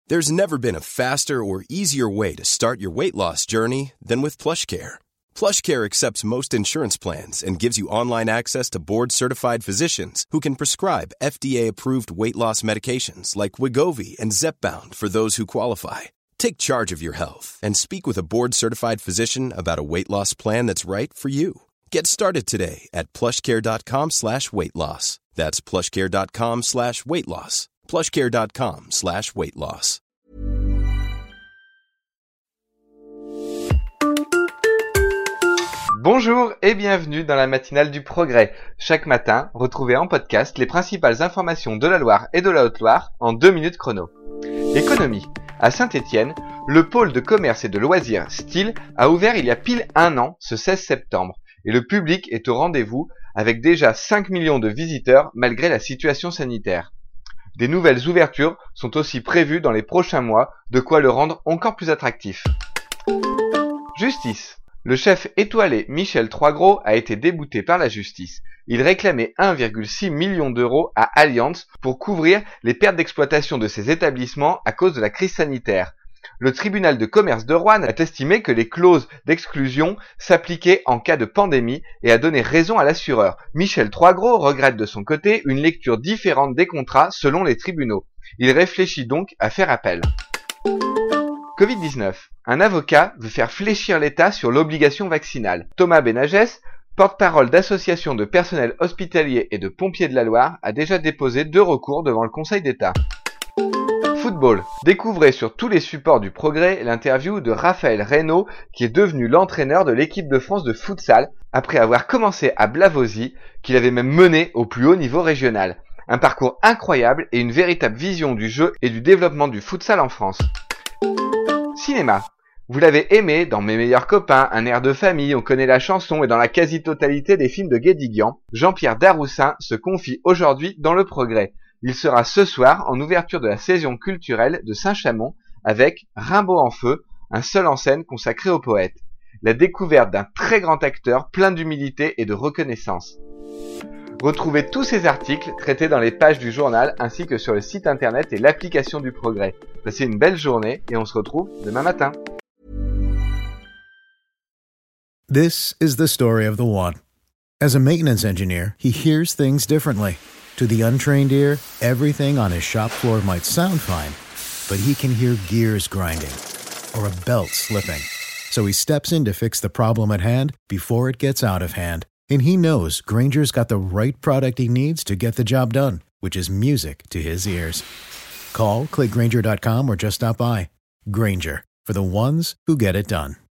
There's never been a faster or easier way to start your weight loss journey than with PlushCare. PlushCare accepts most insurance plans and gives you online access to board-certified physicians who can prescribe FDA-approved weight loss medications like Wegovy and Zepbound for those who qualify. Take charge of your health and speak with a board-certified physician about a weight loss plan that's right for you. Get started today at plushcare.com/weight-loss. That's plushcare.com/weight-loss. plushcare.com/weight-loss. Bonjour et bienvenue dans la matinale du Progrès. Chaque matin, retrouvez en podcast les principales informations de la Loire et de la Haute-Loire en 2 minutes chrono. Économie. À Saint-Étienne, le pôle de commerce et de loisirs Style a ouvert il y a pile un an, ce 16 septembre, et le public est au rendez-vous avec déjà 5 millions de visiteurs malgré la situation sanitaire. Des nouvelles ouvertures sont aussi prévues dans les prochains mois, de quoi le rendre encore plus attractif. Justice. Le chef étoilé Michel Troisgros a été débouté par la justice. Il réclamait 1,6 million d'euros à Allianz pour couvrir les pertes d'exploitation de ses établissements à cause de la crise sanitaire. Le tribunal de commerce de Roanne a estimé que les clauses d'exclusion s'appliquaient en cas de pandémie et a donné raison à l'assureur. Michel Troisgros regrette de son côté une lecture différente des contrats selon les tribunaux. Il réfléchit donc à faire appel. Covid-19. Un avocat veut faire fléchir l'État sur l'obligation vaccinale. Thomas Benagès, porte-parole d'associations de personnel hospitalier et de pompiers de la Loire, a déjà déposé 2 recours devant le Conseil d'État. Football. Découvrez sur tous les supports du Progrès l'interview de Raphaël Reynaud, qui est devenu l'entraîneur de l'équipe de France de futsal après avoir commencé à Blavozy, qu'il avait même mené au plus haut niveau régional. Un parcours incroyable et une véritable vision du jeu et du développement du futsal en France. Cinéma. Vous l'avez aimé dans Mes meilleurs copains, Un air de famille, On connaît la chanson et dans la quasi-totalité des films de Guédiguian, Jean-Pierre Daroussin se confie aujourd'hui dans Le Progrès. Il sera ce soir en ouverture de la saison culturelle de Saint-Chamond avec Rimbaud en feu, un seul en scène consacré au poète. La découverte d'un très grand acteur plein d'humilité et de reconnaissance. Retrouvez tous ces articles traités dans les pages du journal ainsi que sur le site internet et l'application du Progrès. Passez une belle journée et on se retrouve demain matin. This is the story of the one. As a maintenance engineer, he hears things differently. To the untrained ear, everything on his shop floor might sound fine, but he can hear gears grinding or a belt slipping. So he steps in to fix the problem at hand before it gets out of hand. And he knows Grainger's got the right product he needs to get the job done, which is music to his ears. Call, click Grainger.com or just stop by. Grainger, for the ones who get it done.